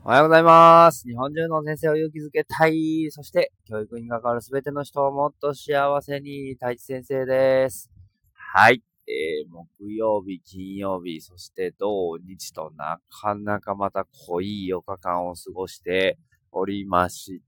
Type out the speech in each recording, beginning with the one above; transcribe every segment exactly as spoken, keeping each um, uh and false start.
おはようございます。日本中の先生を勇気づけたい。そして、教育に関わるすべての人をもっと幸せに、太一先生です。はい。えー、木曜日、金曜日、そして土日となかなかまた濃いよっかかんを過ごしておりました。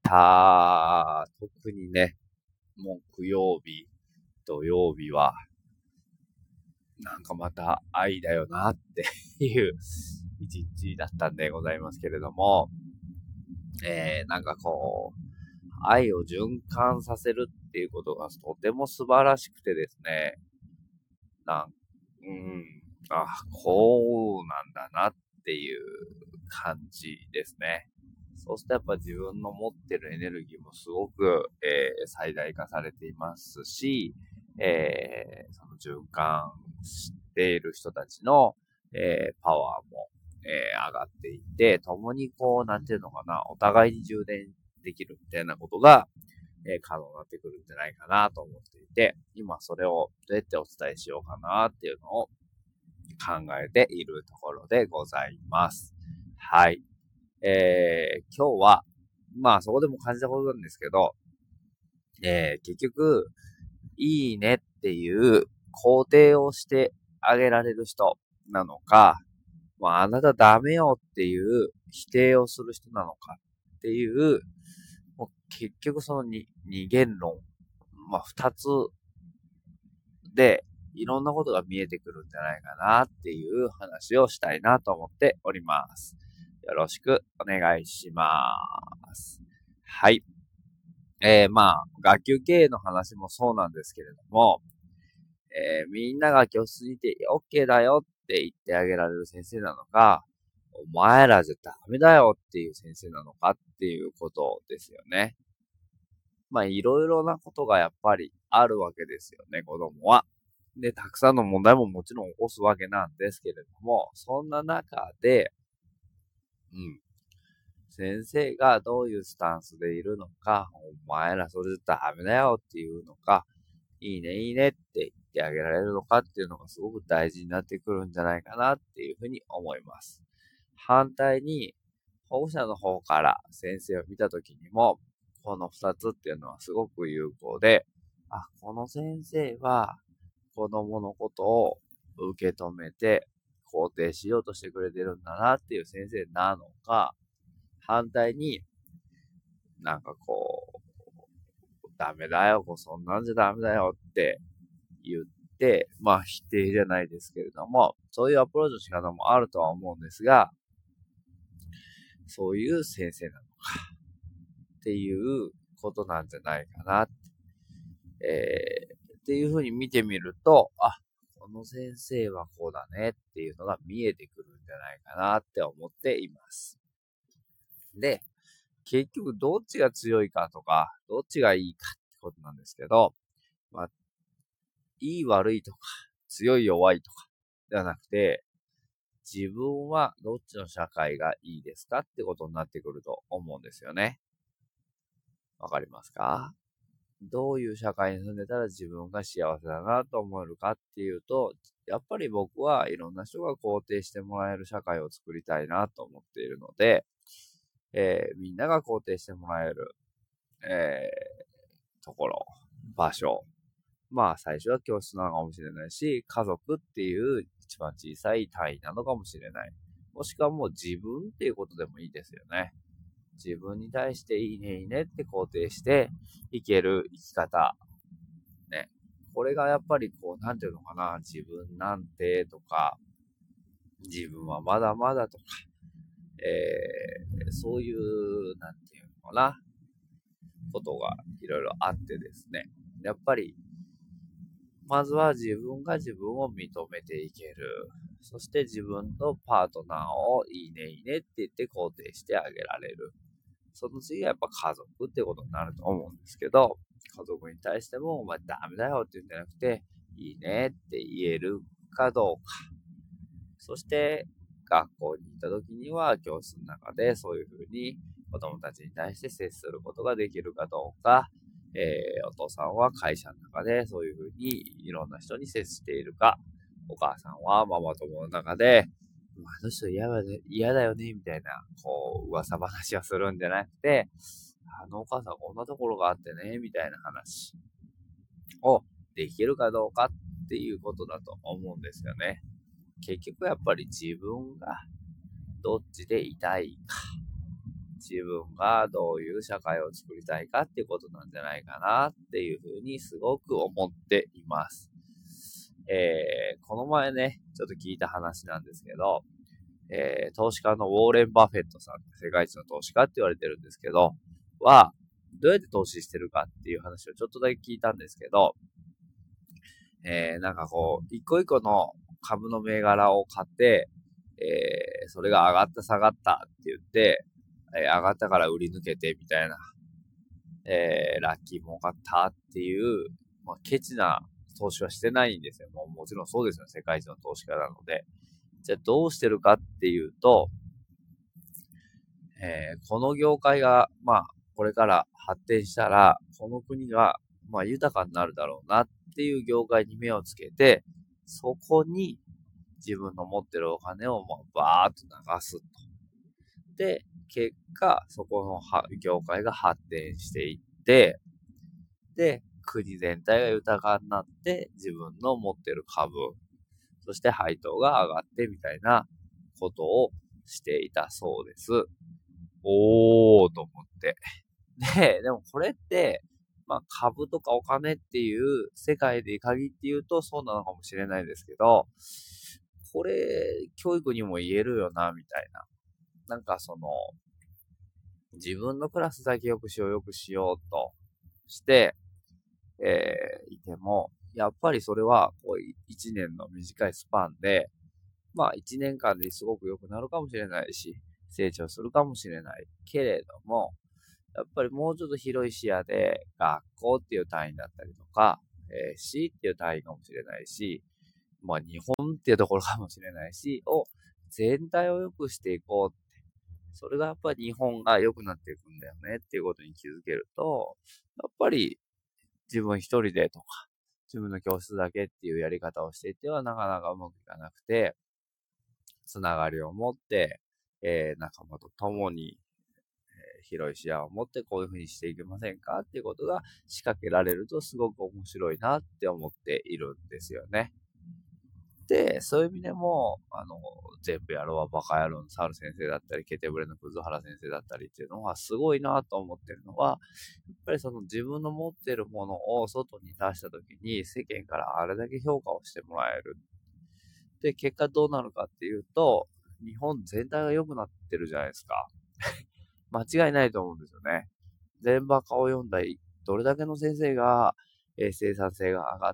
特にね、木曜日、土曜日は、なんかまた愛だよなっていう一日だったんでございますけれども、えー、なんかこう、愛を循環させるっていうことがとても素晴らしくてですね、なん、うん、あ、こうなんだなっていう感じですね。そうするとやっぱ自分の持ってるエネルギーもすごく、えー、最大化されていますし、えー、その循環している人たちの、えー、パワーも、えー、上がっていって、共にこう、なんていうのかな、お互いに充電できるみたいなことが、えー、可能になってくるんじゃないかなと思っていて、今それをどうやってお伝えしようかなっていうのを考えているところでございます。はい。えー、今日は、まあそこでも感じたことなんですけど、えー、結局、いいねっていう肯定をしてあげられる人なのか、まああなたダメよっていう否定をする人なのかっていう、もう結局その二元論、まあ二つでいろんなことが見えてくるんじゃないかなっていう話をしたいなと思っております。よろしくお願いします。はい。えー、まあ、学級経営の話もそうなんですけれども、えー、みんなが教室にいて OK だよって言ってあげられる先生なのか、お前らじゃダメだよっていう先生なのかっていうことですよね。まあ、いろいろなことがやっぱりあるわけですよね、子供は。で、たくさんの問題ももちろん起こすわけなんですけれども、そんな中で、うん、先生がどういうスタンスでいるのか、お前らそれじゃダメだよっていうのか、いいねいいねって言ってあげられるのかっていうのがすごく大事になってくるんじゃないかなっていうふうに思います。反対に、保護者の方から先生を見たときにも、この二つっていうのはすごく有効で、あ、この先生は子供のことを受け止めて肯定しようとしてくれてるんだなっていう先生なのか、反対になんかこう、ダメだよ、そんなんじゃダメだよって言って、まあ否定じゃないですけれども、そういうアプローチの仕方もあるとは思うんですが、そういう先生なのかっていうことなんじゃないかな、えー、っていうふうに見てみると、あ、この先生はこうだねっていうのが見えてくるんじゃないかなって思っています。で、結局どっちが強いかとか、どっちがいいかってことなんですけど、まあ、いい悪いとか、強い弱いとか、ではなくて、自分はどっちの社会がいいですかってことになってくると思うんですよね。わかりますか？どういう社会に住んでたら自分が幸せだなと思えるかっていうと、やっぱり僕はいろんな人が肯定してもらえる社会を作りたいなと思っているので、えー、みんなが肯定してもらえる、えー、ところ、場所。まあ最初は教室なのかもしれないし、家族っていう一番小さい単位なのかもしれない。もしくはもう自分っていうことでもいいですよね。自分に対していいねいいねって肯定していける生き方。ね。これがやっぱりこう、なんていうのかな、自分なんてとか、自分はまだまだとか、えー、そういう、なんていうのかな、ことがいろいろあってですね。やっぱり、まずは自分が自分を認めていける。そして自分のパートナーをいいねいいねって言って肯定してあげられる。その次はやっぱ家族ってことになると思うんですけど、家族に対してもお前ダメだよって言うんじゃなくて、いいねって言えるかどうか。そして学校に行った時には教室の中でそういうふうに子供たちに対して接することができるかどうか。えー、お父さんは会社の中でそういうふうにいろんな人に接しているか、お母さんはママ友の中であの人嫌だね、嫌だよね、みたいな、こう、噂話をするんじゃなくて、あのお母さんこんなところがあってね、みたいな話をできるかどうかっていうことだと思うんですよね。結局やっぱり自分がどっちでいたいか、自分がどういう社会を作りたいかっていうことなんじゃないかなっていうふうにすごく思っています。えー、この前ね、ちょっと聞いた話なんですけど、えー、投資家のウォーレン・バフェットさん、世界一の投資家って言われてるんですけど、は、どうやって投資してるかっていう話をちょっとだけ聞いたんですけど、えー、なんかこう、一個一個の株の銘柄を買って、えー、それが上がった下がったって言って、えー、上がったから売り抜けてみたいな、えー、ラッキー儲かったっていう、まあ、ケチな投資はしてないんですよ。もうもちろんそうですよ。世界一の投資家なので。じゃあどうしてるかっていうと、えー、この業界が、まあ、これから発展したら、この国が、まあ、豊かになるだろうなっていう業界に目をつけて、そこに自分の持ってるお金を、まあ、バーっと流すと。で、結果、そこの業界が発展していって、で、国全体が豊かになって、自分の持ってる株、そして配当が上がってみたいなことをしていたそうです。おーと思って。で、でもこれって、まあ株とかお金っていう世界で限って言うとそうなのかもしれないですけど、これ、教育にも言えるよな、みたいな。なんかその、自分のクラスだけ良くしよう、良くしようとして、えー、いても、やっぱりそれは、こう、一年の短いスパンで、まあ一年間ですごく良くなるかもしれないし、成長するかもしれないけれども、やっぱりもうちょっと広い視野で、学校っていう単位だったりとか、えー、市っていう単位かもしれないし、まあ日本っていうところかもしれないし、を全体を良くしていこうって。それがやっぱり日本が良くなっていくんだよねっていうことに気づけると、やっぱり自分一人でとか、自分の教室だけっていうやり方をしていてはなかなかうまくいかなくて、つながりを持って、えー、仲間と共に、えー、広い視野を持ってこういう風にしていけませんかっていうことが仕掛けられるとすごく面白いなって思っているんですよね。で、そういう意味でも、あの、全部やろうはバカ野郎のサル先生だったり、ケテブレのクズハラ先生だったりっていうのはすごいなと思ってるのは、やっぱりその自分の持ってるものを外に出したときに世間からあれだけ評価をしてもらえる。で、結果どうなるかっていうと、日本全体が良くなってるじゃないですか。間違いないと思うんですよね。全バカを読んだり、どれだけの先生が、えー生産性が上がって、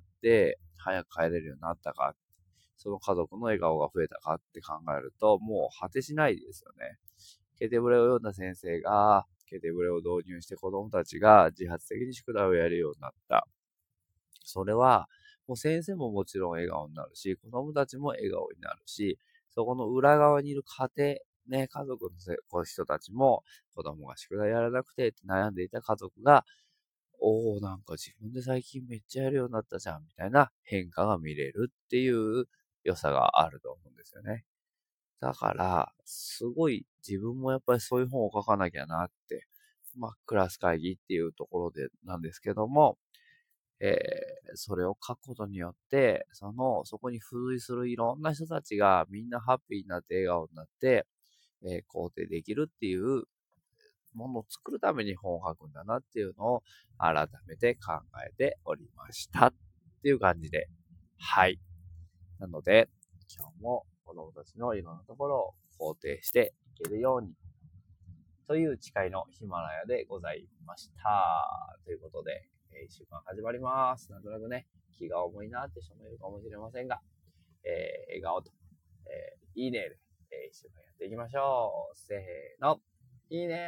早く帰れるようになったか、その家族の笑顔が増えたかって考えると、もう果てしないですよね。ケテブレを読んだ先生が、ケテブレを導入して子供たちが自発的に宿題をやるようになった。それは、もう先生ももちろん笑顔になるし、子供たちも笑顔になるし、そこの裏側にいる家庭、ね、家族の人たちも、子供が宿題やらなくてって悩んでいた家族が、おー、なんか自分で最近めっちゃやるようになったじゃん、みたいな変化が見れるっていう良さがあると思うんですよね。だから、すごい自分もやっぱりそういう本を書かなきゃなって、まあ、クラス会議っていうところでなんですけども、えー、それを書くことによって、その、そこに付随するいろんな人たちがみんなハッピーになって笑顔になって、えー、肯定できるっていうものを作るために本を書くんだなっていうのを改めて考えておりましたっていう感じで。はい。なので、今日も子供たちのいろんなところを肯定していけるようにという誓いのヒマラヤでございました。ということで、えー、一週間始まります。なんとなくね、気が重いなって人もいるかもしれませんが、えー、笑顔と、えー、いいねで、えー、一週間やっていきましょう。せーの、いいね